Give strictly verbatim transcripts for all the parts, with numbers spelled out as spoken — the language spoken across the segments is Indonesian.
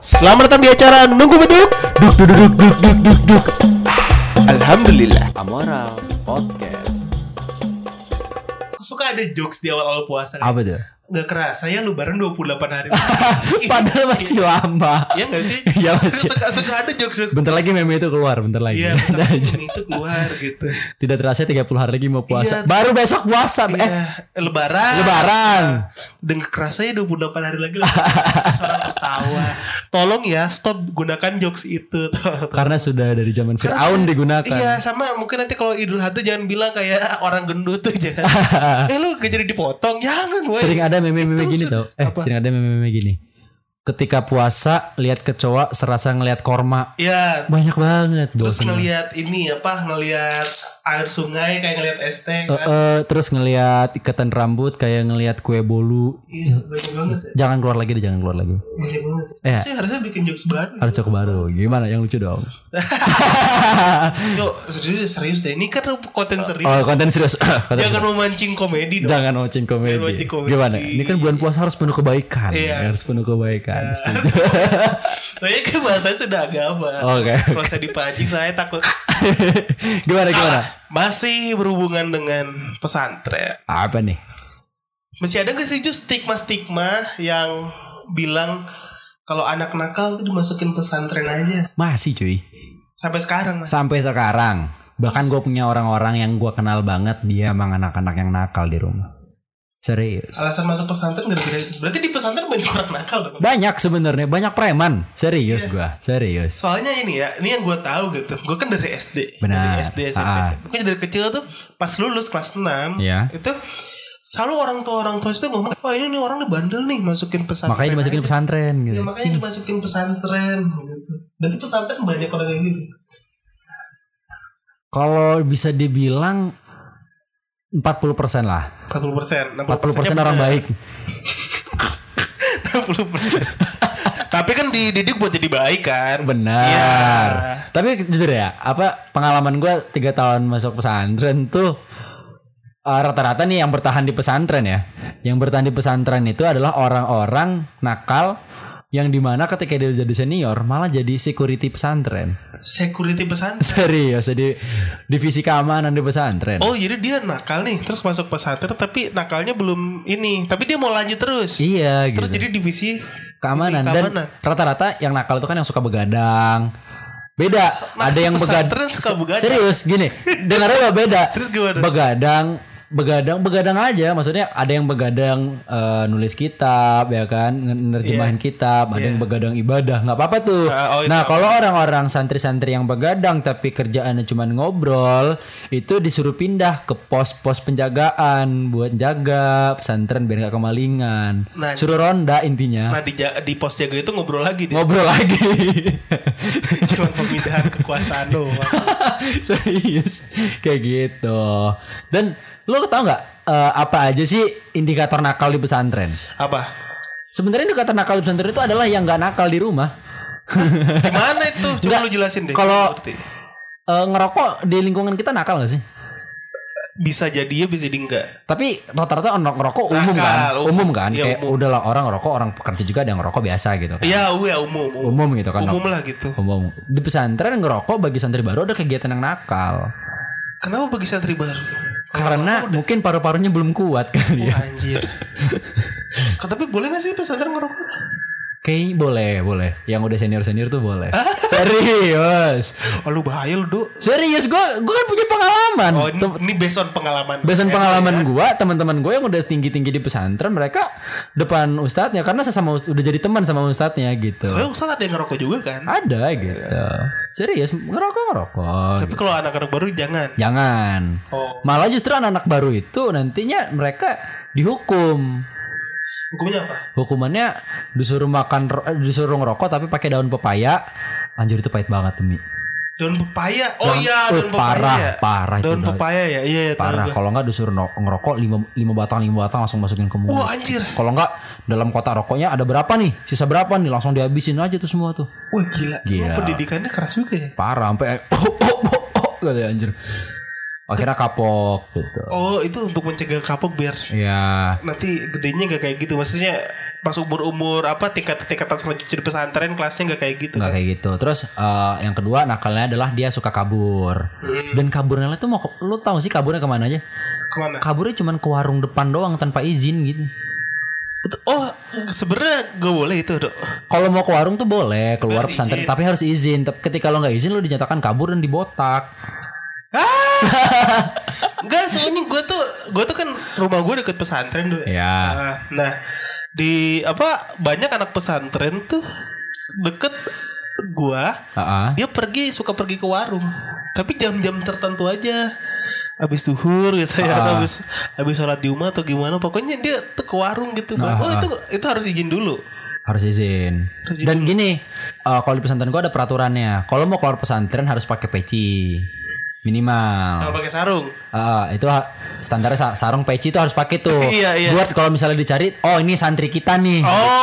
Selamat datang di acara Nunggu Beduk. Duk duk duk duk duk duk duk. Alhamdulillah. Amoral Podcast. Suka ada jokes di awal-awal puasa. Apa tuh? Gak kerasa ya lu bareng dua puluh delapan hari. Padahal masih lama. Iya gak sih? Iya masih. Suka, suka ada jokes. Bentar lagi meme itu keluar, bentar lagi. Iya, bentar lagi meme itu keluar gitu. Tidak terasa tiga puluh hari lagi mau puasa. Iya. Baru besok puasa. Iya, Eh, lebaran. Lebaran. Dan gak kerasa ya dua puluh delapan hari lagi. Seorang tertawa. Tolong ya stop gunakan jokes itu. Karena sudah dari zaman Fir'aun digunakan. Iya, sama mungkin nanti kalau Idul Adha jangan bilang kayak orang gendut tuh jangan. Eh lu gak jadi dipotong. Jangan woy. Sering ada meme-meme Itu gini sudah- tau. Eh apa? sering ada meme-meme gini. Ketika puasa lihat kecoa serasa ngelihat korma. Iya. Banyak banget. Terus bosen. ngelihat ini apa? Ngelihat air sungai kayak ngelihat es teh Eh, kan. eh, terus ngelihat ikatan rambut kayak ngelihat kue bolu. Iya, banyak banget ya. Jangan keluar lagi deh, jangan keluar lagi. Banyak banget. Eh. Sih harusnya bikin jokes baru. Harus coba baru. Gimana yang lucu dong? Yuk, serius serius deh. Ini kan konten serius. Oh, konten serius. Konten Jangan serius. memancing komedi dong. Jangan mancing komedi. Jangan mancing komedi. Gimana? Ini kan bulan puasa harus penuh kebaikan. Iya. Harus penuh kebaikan. Setuju. Kayaknya kan bahasanya sudah agama. Oke. Kalau saya dipancing saya takut. Gimana gimana? Masih berhubungan dengan pesantren. Apa nih? Masih ada gak sih just stigma-stigma yang bilang kalau anak nakal tuh dimasukin pesantren aja. Masih cuy. Sampai sekarang mas. Sampai sekarang. Bahkan gue punya orang-orang yang gue kenal banget. Dia emang anak-anak yang nakal di rumah. Serius. Alasan masuk pesantren gara-gara itu. Berarti di pesantren banyak orang nakal dong. Banyak sebenarnya. Banyak preman. Serius Iya. gue. Serius. Soalnya ini ya, ini yang gue taw gitu. Gue kan dari S D. Benar. Dari S D, S M P. Ah. Pokoknya dari kecil tuh pas lulus kelas enam Iya. itu selalu orang tua orang tua itu ngomong, wah ini nih orang nih bandel nih masukin pesantren. Makanya dimasukin aja." pesantren gitu. Ya, makanya dimasukin pesantren gitu. Berarti pesantren banyak orang kayak gitu. Kalau bisa dibilang empat puluh persen lah. empat puluh persen. empat puluh persen orang baik. enam puluh persen. Tapi kan dididik buat jadi baik kan. Benar. Iya. Tapi jujur ya, apa pengalaman gue tiga tahun masuk pesantren tuh uh, rata-rata nih yang bertahan di pesantren ya. Yang bertahan di pesantren itu adalah orang-orang nakal yang dimana ketika dia jadi senior malah jadi security pesantren. Security pesantren. Serius, jadi divisi keamanan di pesantren. Oh jadi dia nakal nih terus masuk pesantren tapi nakalnya belum ini. Tapi dia mau lanjut terus. Iya Terus gitu. jadi divisi Keamanan. ini, Dan keamanan. rata-rata yang nakal itu kan yang suka begadang. Beda, Nah, ada yang begadang. pesantren suka begadang. Serius, gini. Dengarnya gak beda. Terus gimana? Begadang, begadang, begadang aja. Maksudnya ada yang begadang eh, nulis kitab, ya kan, nerjemahin kitab. Ada Iya. yang begadang ibadah, nggak apa-apa tuh. Ah, oh, itu nah, apa? kalau orang-orang santri-santri yang begadang tapi kerjaannya cuma ngobrol, itu disuruh pindah ke pos-pos penjagaan buat jaga pesantren biar nggak kemalingan. Nah, Suruh ronda intinya. Nah di, ja- di pos jaga itu ngobrol lagi dia. Ngobrol lagi. Cuma pemindahan kekuasaan doang. Serius kayak gitu. Dan lo tau nggak eh, apa aja sih indikator nakal di pesantren? Apa? Sebenarnya indikator nakal di pesantren itu adalah yang nggak nakal di rumah. Gimana itu? Coba Nggak, lu jelasin deh. kalau- Ngerti. Eh, ngerokok di lingkungan kita nakal nggak sih? Bisa jadi ya bisa jadi enggak. Tapi rata-rata orang ngerokok umum Nakal, kan, umum. umum kan. Iya, Kayak umum. udahlah orang ngerokok, orang pekerja juga ada yang ngerokok biasa gitu kan. Iya, ya umum. Umum, Umum gitu kan. umum lah gitu. Umum. Di pesantren ngerokok bagi santri baru ada kegiatan yang nakal. Kenapa bagi santri baru? Karena mungkin paru-parunya belum kuat kali ya. Wah, anjir. Tapi boleh gak sih pesantren ngerokok? Kayaknya boleh, boleh. Yang udah senior-senior tuh boleh. Serius. Oh lu bahaya lu Duk. Serius, gue gue kan punya pengalaman. Oh ini, ini based on pengalaman. Besan Eh, pengalaman ya. gue, teman-teman gue yang udah tinggi-tinggi di pesantren, mereka depan ustadznya karena sesama ust- udah jadi teman sama ustadznya gitu. Soalnya Ustaz ada yang ngerokok juga kan. Ada gitu. Serius, ngerokok ngerokok. Tapi kalau anak-anak baru jangan. Jangan. Oh. Malah justru anak-anak baru itu nantinya mereka dihukum. Hukumnya apa? Hukumannya disuruh makan, ro- eh, disuruh ngerokok tapi pakai daun pepaya. Anjir itu pahit banget demi. Daun pepaya. Oh Daun- iya, oh, daun pepaya. parah, ya? parah itu Daun daun- pepaya ya. Iya, iya tahu Parah. gua. Kalau nggak disuruh no- ngerokok lima, lima batang lima batang langsung masukin ke mulut. Wah, anjir. Kalau nggak dalam kotak rokoknya ada berapa nih? Sisa berapa nih? Langsung dihabisin aja tuh semua tuh. Wah, gila. Gila. Emang pendidikannya keras juga ya. Parah sampai oh, oh, oh, oh, gitu ya, anjir. Akhirnya kapok gitu. Oh, itu untuk mencegah kapok biar Ya. nanti gedenya gak kayak gitu. Maksudnya pas umur-umur apa tingkat-tingkatan selanjutnya di pesantren kelasnya nggak kayak gitu. Nggak kan? kayak gitu. Terus uh, yang kedua nakalnya adalah dia suka kabur. Hmm. Dan kaburnya tuh mau ke, lu tahu sih kaburnya kemana aja? Kemana? Kaburnya cuma ke warung depan doang tanpa izin gitu. Oh sebenarnya gak boleh itu dok. Kalau mau ke warung tuh boleh keluar Berarti pesantren izin. tapi harus izin. Ketika lo nggak izin lo dinyatakan kabur dan dibotak. Ah, enggak soalnya gue tuh gue tuh kan rumah gue deket pesantren dulu. Ya. Nah, nah di apa banyak anak pesantren tuh deket gue. Uh-uh. Dia pergi suka pergi ke warung, tapi jam-jam tertentu aja. Abis zuhur gitu ya, Uh-uh. abis abis sholat di rumah atau gimana. Pokoknya dia tuh ke warung gitu. Uh-uh. Oh itu itu harus izin dulu. Harus izin. Harus izin Dan dulu. gini, uh, kalau di pesantren gue ada peraturannya. Kalau mau keluar pesantren harus pakai peci minimal. Kalau pakai sarung. Uh, itu ha- standarnya sa- sarung peci itu harus pakai tuh. Iya, iya. Buat kalau misalnya dicari, oh ini santri kita nih.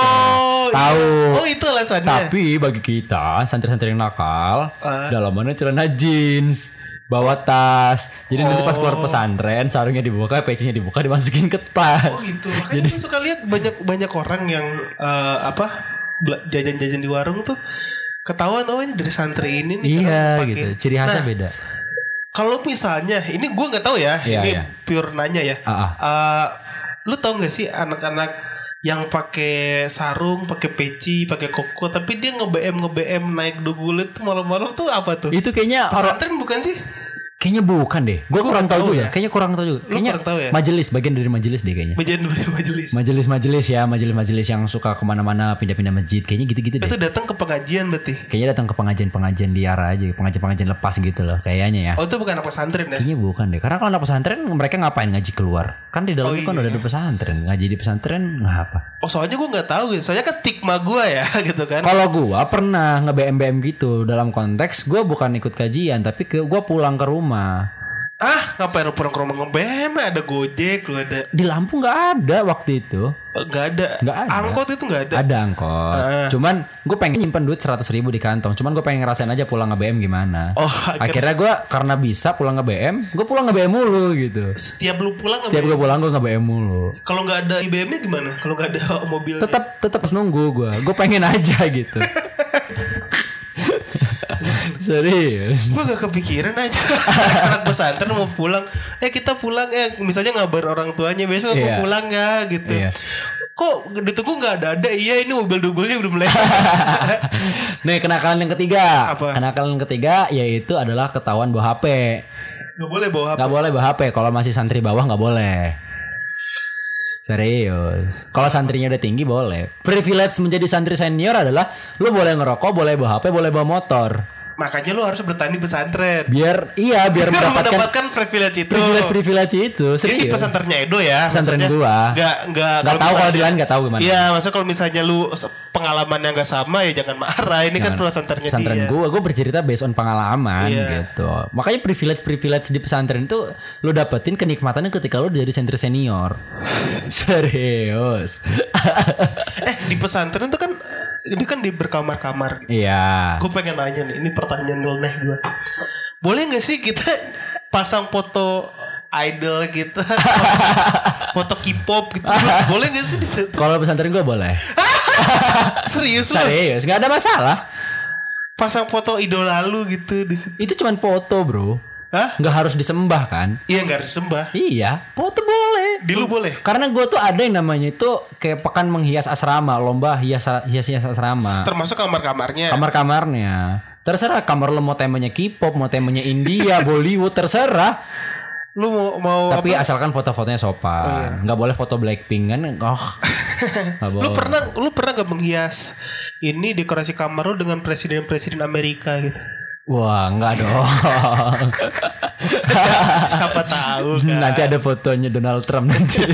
Oh, Tahu. iya. Oh itu alasannya. Tapi bagi kita santri-santri yang nakal, Uh. dalamannya celana jeans, bawa tas. Jadi nanti pas keluar Oh. pesantren sarungnya dibuka, pecinya dibuka, dimasukin ke tas. Oh gitu. Makanya gue suka lihat banyak banyak orang yang eh, apa bela- jajan-jajan di warung tuh ketahuan oh ini dari santri ini nih. Iya karena pakai. gitu. Ciri khasnya Nah, beda. kalau misalnya ini gue nggak tahu ya, Iya, ini iya. pure nanya ya. Ah, ah. Eh, lu tahu nggak sih anak-anak yang pakai sarung, pakai peci, pakai koko, tapi dia nge-B M nge-B M naik dugulit tuh malam-malam tuh apa tuh? Itu kayaknya orang Pesantren bukan sih? kayaknya bukan deh. Gue Gua kurang nggak tahu tahu juga. ya. Kayaknya kurang tahu juga. Lu Kayaknya kurang tahu ya? majelis, bagian dari majelis deh kayaknya. Majelis majelis. Majelis-majelis ya, majelis-majelis yang suka kemana-mana pindah-pindah masjid. Kayaknya gitu-gitu deh. Itu datang ke pengajian berarti. Kayaknya datang ke pengajian-pengajian liar aja, pengajian-pengajian lepas gitu loh, kayaknya ya. Oh itu bukan anak pesantren ya? Kayaknya bukan deh. Karena kalau anak pesantren mereka ngapain ngaji keluar? Kan di dalam Oh, itu kan iya. udah ada pesantren. Ngaji di pesantren ngapa? Oh soalnya gue nggak tahu gitu. Soalnya kan stigma gue ya gitu kan. Kalau gua pernah nge-B M B M gitu dalam konteks gua bukan ikut kajian tapi ke gua pulang ke rumah. Ah ngapain lu pulang ke rumah nge-B M? Ada Gojek lu ada. Di Lampung nggak ada waktu itu. Oh, nggak ada. Nggak ada. Angkot itu nggak ada. Ada angkot. Ah. Cuman gue pengen nyimpen duit seratus ribu di kantong. Cuman gue pengen ngerasain aja pulang nge-B M gimana. Oh, akhirnya, akhirnya- gue karena bisa pulang nge-B M, gue pulang nge-B M mulu gitu. Setiap lu pulang Setiap gue nge-B M? pulang gue nge-B M mulu. Kalau nggak ada I B M-nya gimana? Kalau nggak ada mobilnya? Tetap tetap harus nunggu gue. Gue pengen aja gitu. Serius. Gue gak kepikiran aja. Anak pesantren mau pulang. Eh kita pulang eh misalnya ngabar orang tuanya besok Iya. mau pulang gak gitu. Iya. Kok ditunggu gak ada-ada? Iya ini mobil dugulnya belum lewat. Nih kenakalan yang ketiga. Apa? Kenakalan yang ketiga yaitu adalah ketahuan bawa H P. Gak boleh bawa H P. Gak boleh bawa H P. Kalau masih santri bawah gak boleh. Serius. Kalau santrinya udah tinggi boleh. Privilege menjadi santri senior adalah lu boleh ngerokok, boleh bawa H P, boleh bawa motor. Makanya lu harus bertani di pesantren. Biar iya biar mendapatkan mendapatkan privilege itu. privilege-privilege itu. Ini di Serius. pesantrennya Edo ya. Pesantren maksudnya. gua. Gak gak Gak tahu kalau di lain gak tahu gimana. Iya, maksudnya kalau misalnya lu pengalamannya gak sama ya jangan marah. Ini kan Jangan. pesantrennya Pesantren dia. gue, gue bercerita based on pengalaman Iya. gitu. Makanya privilege-privilege di pesantren itu lo dapetin kenikmatannya ketika lo jadi santri senior. Serius. Eh di pesantren tuh kan ini kan di berkamar-kamar. Iya. Gue pengen nanya nih, ini pertanyaan nyeleneh gue. Boleh nggak sih kita pasang foto idol kita, foto K-pop gitu? Boleh nggak sih di situ? Kalau pesantren gue boleh. Serius lu? Serius, nggak ada masalah. Pasang foto idola lu gitu di situ? Itu cuman foto bro. Hah? Nggak harus disembah kan? Iya nggak harus disembah. Iya, foto boleh. Di lu boleh. Karena gue tuh ada yang namanya itu kayak pekan menghias asrama, lomba hias hias hias asrama. Termasuk kamar-kamarnya. Kamar-kamarnya. Terserah kamar lo mau temanya K-pop, mau temanya India, Bollywood, terserah. Lu mau mau Tapi apa? asalkan foto-fotonya sopan. Nggak boleh foto Blackpink kan. Oh. Nggak Lu boleh. pernah lu pernah gak menghias ini dekorasi kamar lu dengan presiden-presiden Amerika gitu? Wah, enggak dong. Siapa tahu kan. Nanti ada fotonya Donald Trump nanti.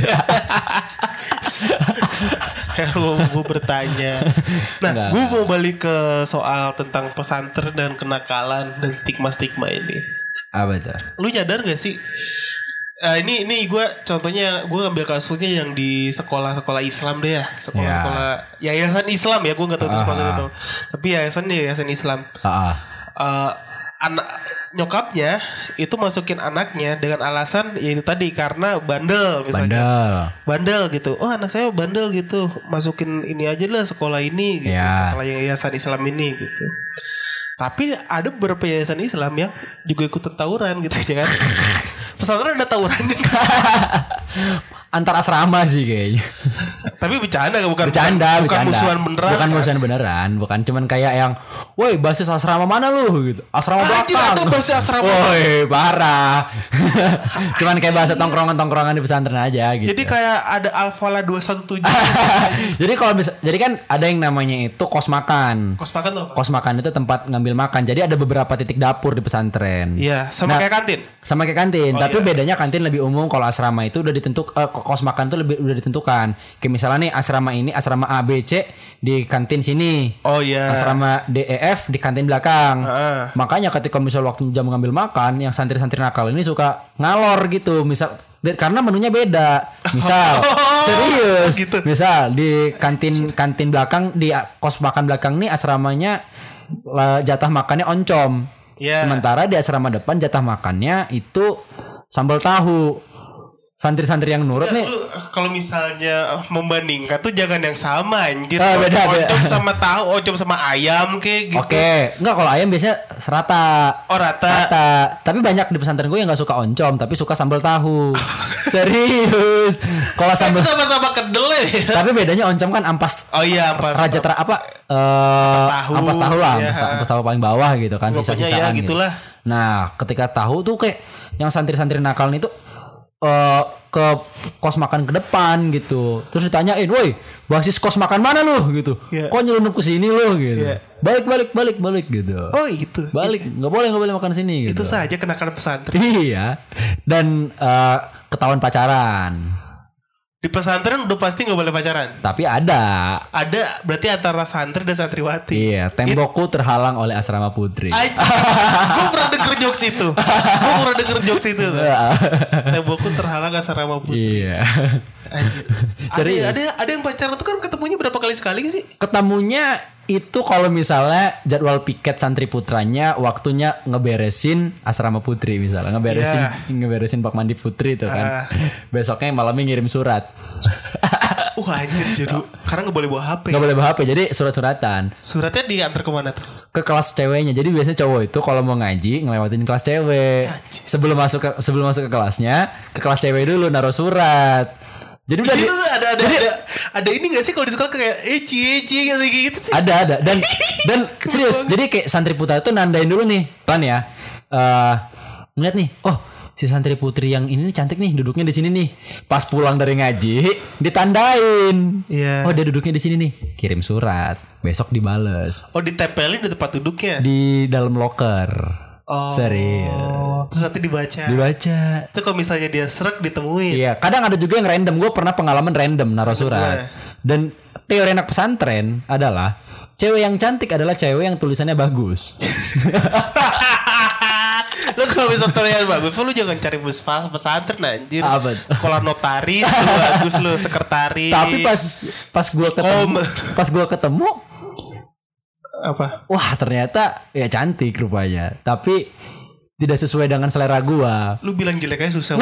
Gue gue bertanya. Nah, Enggak. gue mau balik ke soal tentang pesantren dan kenakalan dan stigma-stigma ini. Apa itu? Lu nyadar gak sih? Eh, ini ini gue contohnya gue ambil kasusnya yang di sekolah-sekolah Islam deh ya, sekolah-sekolah yayasan Islam ya, gue nggak tahu itu Ah. sekolah itu, tapi yayasan nih yayasan Islam. Ah, ah. Eh, anak nyokapnya itu masukin anaknya dengan alasan ya itu tadi karena bandel misalnya. Bandel. Bandel gitu. Oh anak saya bandel gitu. Masukin ini aja lah sekolah ini gitu. Ya. Sekolah yang yayasan Islam ini gitu. Tapi ada beberapa yayasan Islam yang juga ikut tawuran gitu ya kan. Pesantren ada tawurannya. Antar asrama sih kayaknya. Tapi bercanda bukan Bercanda, bukan, bukan bercanda. musuhan beneran. Bukan kan? musuhan beneran, bukan cuman kayak yang, woi basis asrama mana lu gitu. Asrama Anjir, belakang. ada basis asrama. Woi, parah. Cuman kayak bahasa tongkrongan-tongkrongan di pesantren aja gitu. Jadi kayak ada Alfala dua satu tujuh. Jadi kalau bisa, jadi kan ada yang namanya itu kos makan. Kos makan tuh apa? Kos makan itu tempat ngambil makan. Jadi ada beberapa titik dapur di pesantren. Iya, sama Nah, kayak kantin. Sama kayak kantin, Oh, tapi iya. bedanya kantin lebih umum. Kalau asrama itu udah ditentuk, eh, kos makan tuh lebih udah ditentukan. Kayak misalnya nih asrama ini asrama A B C di kantin sini. Oh iya. Asrama D E F di kantin belakang. Heeh. Makanya ketika misal waktu jam ngambil makan, yang santri-santri nakal ini suka ngalor gitu. Misal dan karena menunya beda. Misal Oh, serius. gitu. Misal di kantin kantin belakang di kos makan belakang nih asramanya la- jatah makannya oncom. Iya. Sementara di asrama depan jatah makannya itu sambal tahu. Santri-santri yang nurut Ya, nih. lu kalau misalnya membandingkan tuh jangan yang sama anjir. Ah, beda, beda. Oncom sama tahu, oncom sama ayam kayak gitu. Oke, enggak kalau ayam biasanya serata. Oh rata. Rata. Tapi banyak di pesantren gue yang nggak suka oncom, tapi suka sambal tahu. Serius. Kalau sambal, Itu sama-sama kedelai. tapi bedanya oncom kan ampas. Oh iya, pas. Raja ter apa? Eh, tahu. ampas tahu lah, Iya. ampas, ta- ampas tahu paling bawah gitu kan, Pokoknya sisa-sisaan ya gitu. gitulah. Nah, ketika tahu tuh kayak yang santri-santri nakal nih tuh eh ke kos makan ke depan gitu. Terus ditanyain, "Woi, basis kos makan mana lu?" gitu. Iya. "Kok nyelundup ke sini lu?" gitu. Iya. Balik balik balik balik gitu. Oh gitu. Balik, nggak boleh nggak boleh makan sini gitu. Itu saja kenakalan pesantren. Iya. Dan eh, ketahuan pacaran. Di pesantren udah pasti nggak boleh pacaran. Tapi ada. Ada berarti antara santri dan santriwati. Iya, tembokku terhalang oleh asrama putri. Gue pernah denger jokes itu. Gue pernah denger jokes itu. tuh. Tembokku terhalang asrama putri. Iya. Anjir. Serius. Ada, ada ada yang pacaran tuh kan ketemunya berapa kali sekali sih? Ketemunya itu kalau misalnya jadwal piket santri putranya waktunya ngeberesin asrama putri misalnya ngeberesin Iya. ngeberesin bak mandi putri tuh kan. Ah. Besoknya malamnya ngirim surat. Uh anjir jadi karena nggak boleh bawa H P. Nggak boleh bawa H P jadi surat-suratan Suratnya diantar kemana tuh? ke kelas ceweknya. Jadi biasanya cowok itu kalau mau ngaji ngelewatin kelas cewek. Anjir. Sebelum masuk ke sebelum masuk ke kelasnya, ke kelas cewek dulu naruh surat. Jadi udah Itu di- tuh ada ada ada ada ini gak sih kalau di sekolah kayak eh cie cie gitu gitu. ada ada dan dan serius jadi kayak santri putra itu nandain dulu nih kan ya eh ngeliat nih oh si santri putri yang ini nih cantik nih duduknya di sini nih pas pulang dari ngaji ditandain Iya. oh dia duduknya di sini nih kirim surat besok dibales Oh ditempelin di tempat duduknya. di dalam locker Oh. serius Terus nanti dibaca. dibaca Itu kalau misalnya dia serak ditemuin. iya kadang ada juga yang random gue pernah pengalaman random naruh surat dan teori anak pesantren adalah cewek yang cantik adalah cewek yang tulisannya bagus. Lu kalau bisa terlihat bagus, lu jangan cari bus pas pesantren anjir. Apa? Sekolah notaris lu bagus lu, sekretaris. Tapi pas pas gue ketemu, Om. pas gue ketemu, apa? wah ternyata ya cantik rupanya. Tapi tidak sesuai dengan selera gue. Lu bilang jelek aja susah.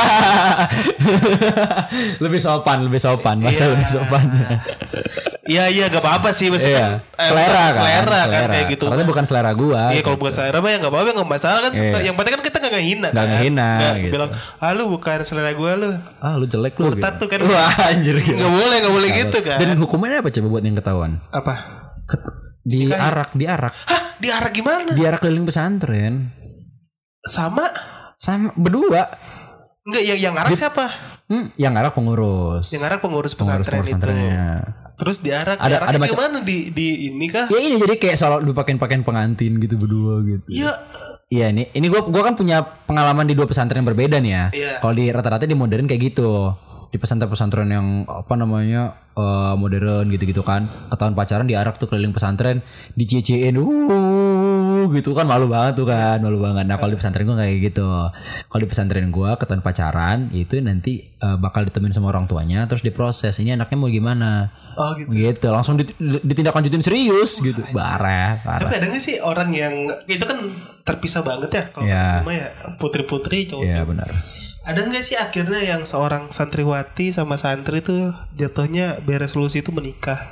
Lebih sopan, lebih sopan, masa Iya. lebih sopan. Iya iya gak apa-apa sih maksudnya. Iya. kan, eh, Selera bukan kan, selera kan kayak gitu. Ternyata bukan selera gue. Iya kalau bukan selera mah ya gak apa-apa gak masalah kan. Iya. Yang penting kan kita gak ngehina. Nggak kan? ngehina, Nggak gitu. bilang ah lu bukan selera gue lu. Ah lu jelek lu. Murtad tuh kan. Wah anjir. Gitu. Gak boleh gak boleh gitu kan. Dan hukumannya apa coba buat yang ketahuan? Apa? Ket- diarak, diarak, Hah diarah gimana? diarak keliling pesantren. Sama? Sama berdua. Enggak yang yang arak siapa? Hmm, yang arak pengurus. Yang arak pengurus Pengurus pesantren itu. pesantrennya. Terus diarak, Ada- diarak ada di macam- mana di di ini kah? Ya ini jadi kayak soal dipakein pakaian pengantin gitu berdua gitu. Iya. Iya ini ini gua gua kan punya pengalaman di dua pesantren yang berbeda nih ya. Iya. Kalau di rata-rata di modern kayak gitu. Di pesantren-pesantren yang apa namanya eh, modern gitu-gitu kan. Ketahuan pacaran diarak tuh keliling pesantren, dicie-ciein. Uh, dulu gitu kan, malu banget tuh kan, malu banget. Nah kalau di pesantren gue kayak gitu. Kalau di pesantren gue ketahuan pacaran itu nanti uh, bakal ditemuin sama orang tuanya, terus diproses ini anaknya mau gimana. Oh gitu. Gitu langsung dit- ditindaklanjutin serius oh, gitu. Parah, parah. Tapi ada gak sih orang yang itu kan terpisah banget ya kalau ya. rumah ya putri-putri cowok. Iya benar. Ada nggak sih akhirnya yang seorang santriwati sama santri tuh jatuhnya beresolusi itu menikah?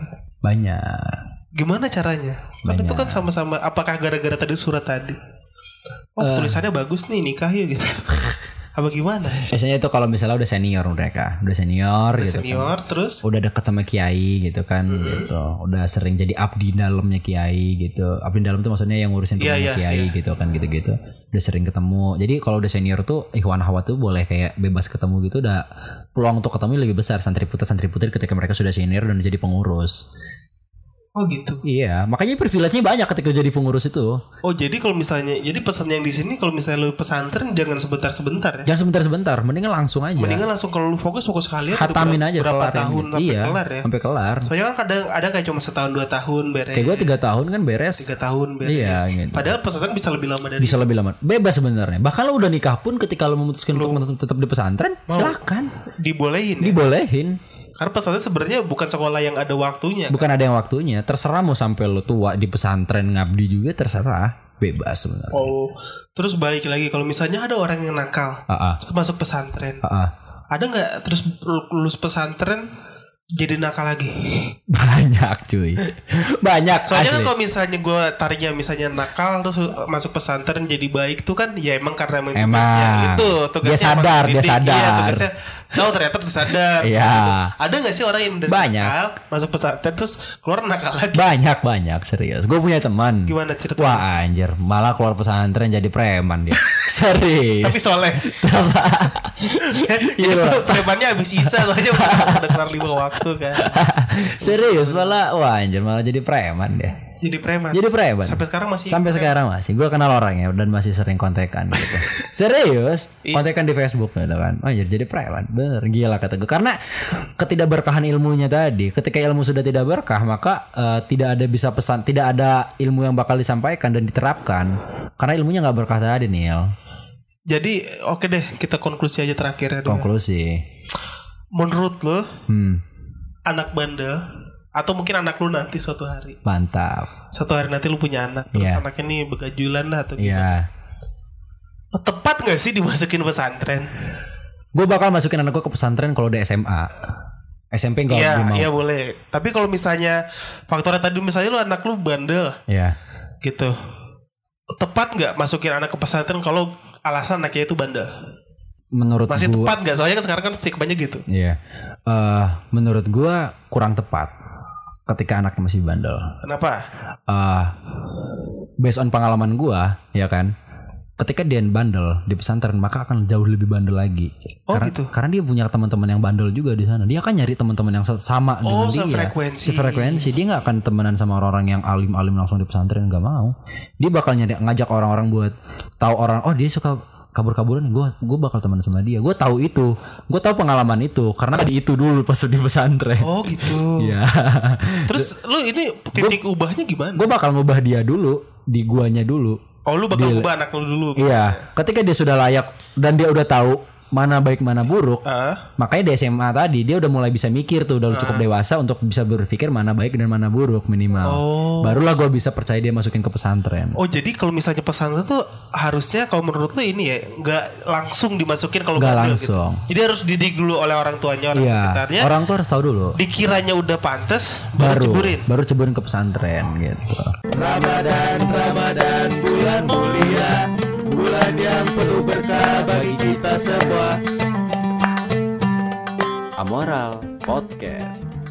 Banyak. Gimana caranya? Karena itu kan sama-sama. Apakah gara-gara tadi surat tadi? Oh uh, tulisannya bagus nih nikah yuk gitu. Apa gimana? Biasanya itu kalau misalnya udah senior mereka, udah senior udah gitu senior, kan. Terus udah deket sama kiai gitu kan, mm-hmm. gitu. Udah sering jadi abdi dalamnya kiai gitu. Abdi dalam tuh maksudnya yang ngurusin rumahnya yeah, yeah, kiai yeah. gitu kan, gitu-gitu. Udah sering ketemu. Jadi kalau udah senior tuh ikhwan akhwat tuh boleh kayak bebas ketemu gitu. Udah peluang untuk ketemu lebih besar santri putra santri putri ketika mereka sudah senior dan jadi pengurus. Oh gitu. Iya, makanya privilege-nya banyak ketika jadi pengurus itu. Oh jadi kalau misalnya, jadi pesan yang di sini kalau misalnya lu pesantren jangan sebentar-sebentar ya. Jangan sebentar-sebentar, mendingan langsung aja. Mendingan langsung kalau lu fokus fokus kalian. Hatamin aja berapa tahun sampai iya, kelar ya. Sampai kelar. Soalnya kan kadang ada kayak cuma setahun dua tahun beres. Kayak gue tiga tahun kan beres. Tiga tahun beres. Iya, gitu. Padahal pesantren bisa lebih lama dari. Bisa itu. Lebih lama. Bebas sebenarnya. Bahkan lu udah nikah pun ketika lu memutuskan lu, untuk tetap di pesantren, mau. Silakan. Dibolehin. Ya? Dibolehin. Karena pesantren sebenarnya bukan sekolah yang ada waktunya. Bukan kan? Ada yang waktunya. Terserah mau sampai lo tua di pesantren ngabdi juga terserah. Bebas sebenarnya. Oh, terus balik lagi kalau misalnya ada orang yang nakal, uh-uh. terus masuk pesantren, uh-uh. ada nggak terus lulus pesantren jadi nakal lagi? Banyak cuy. Banyak. Soalnya asli. Kan kalau misalnya gue tariknya misalnya nakal terus masuk pesantren jadi baik tuh kan ya emang karena emang, emang. tugasnya itu tugasnya dia sadar dia sadar iya, tugasnya tahu ternyata sadar iya. Gitu. Ada gak sih orang yang dari banyak nakal masuk pesantren terus keluar nakal lagi? Banyak banyak serius. Gue punya teman. Gimana ceritanya? Wah anjir malah keluar pesantren jadi preman dia. Serius. Tapi soleh. Iya. Premannya habis sisa soalnya udah kelar lima waktu kan. Serius malah wah anjir malah jadi preman deh. Jadi preman. Jadi preman. Sampai sekarang masih. Sampai preman. Sekarang masih. Gue kenal orangnya dan masih sering kontekan gitu. Serius, kontekan di Facebook gitu kan. Oh, jadi preman. Bener gila kata gue. Karena ketidakberkahan ilmunya tadi. Ketika ilmu sudah tidak berkah, maka uh, tidak ada bisa pesan, tidak ada ilmu yang bakal disampaikan dan diterapkan. Karena ilmunya nggak berkah tadi, Nil. Jadi oke deh, kita konklusi aja terakhir ya. Konklusi. Menurut lo, hmm. anak bandel atau mungkin anak lu nanti suatu hari. Mantap. Suatu hari nanti lu punya anak, terus yeah. anaknya nih begajulan lah atau gitu. Yeah. Oh, tepat gak sih dimasukin pesantren? Gue bakal masukin anak gue ke pesantren kalau udah S M A. S M P enggak yeah, mau. Iya, boleh. Tapi kalau misalnya faktornya tadi misalnya lu anak lu bandel. Iya. Yeah. Gitu. Tepat gak masukin anak ke pesantren kalau alasan anaknya itu bandel? Menurut masih gua, tepat gak? Soalnya kan sekarang kan stigmanya gitu. Iya. Uh, menurut gue kurang tepat ketika anaknya masih bandel. Kenapa? Uh, based on pengalaman gue, ya kan. Ketika dia bandel di pesantren, maka akan jauh lebih bandel lagi. Oh karena, gitu. Karena dia punya teman-teman yang bandel juga di sana. Dia akan nyari teman-teman yang sama oh, dengan dia. sefrekuensi. Sefrekuensi. Dia nggak akan temenan sama orang-orang yang alim-alim langsung di pesantren. Nggak mau. Dia bakal nyari ngajak orang-orang buat tahu orang. Oh dia suka kabur-kaburan nih, gue gue bakal teman sama dia. Gue tahu itu, gue tahu pengalaman itu karena di itu dulu pas di pesantren. Oh gitu. Iya. Terus lu ini titik gua, ubahnya gimana? Gue bakal ngubah dia dulu di guanya dulu. Oh lu bakal di, ngubah anak lu dulu. Iya. Ketika dia sudah layak dan dia udah tahu mana baik mana buruk, uh. makanya di S M A tadi dia udah mulai bisa mikir tuh, udah uh. cukup dewasa untuk bisa berpikir mana baik dan mana buruk minimal. Oh. Barulah gue bisa percaya dia masukin ke pesantren. Oh jadi kalau misalnya pesantren tuh harusnya kalau menurut lu ini ya nggak langsung dimasukin kalau nggak Gitu. langsung. Jadi harus didik dulu oleh orang tuanya, orang iya, sekitarnya. Orang tuh harus tahu dulu. Dikiranya udah pantas baru, baru ceburin. Baru ceburin ke pesantren gitu. Ramadan, Ramadan bulan mulia, bulan yang penuh berkah bagi kita semua. Amoral Podcast.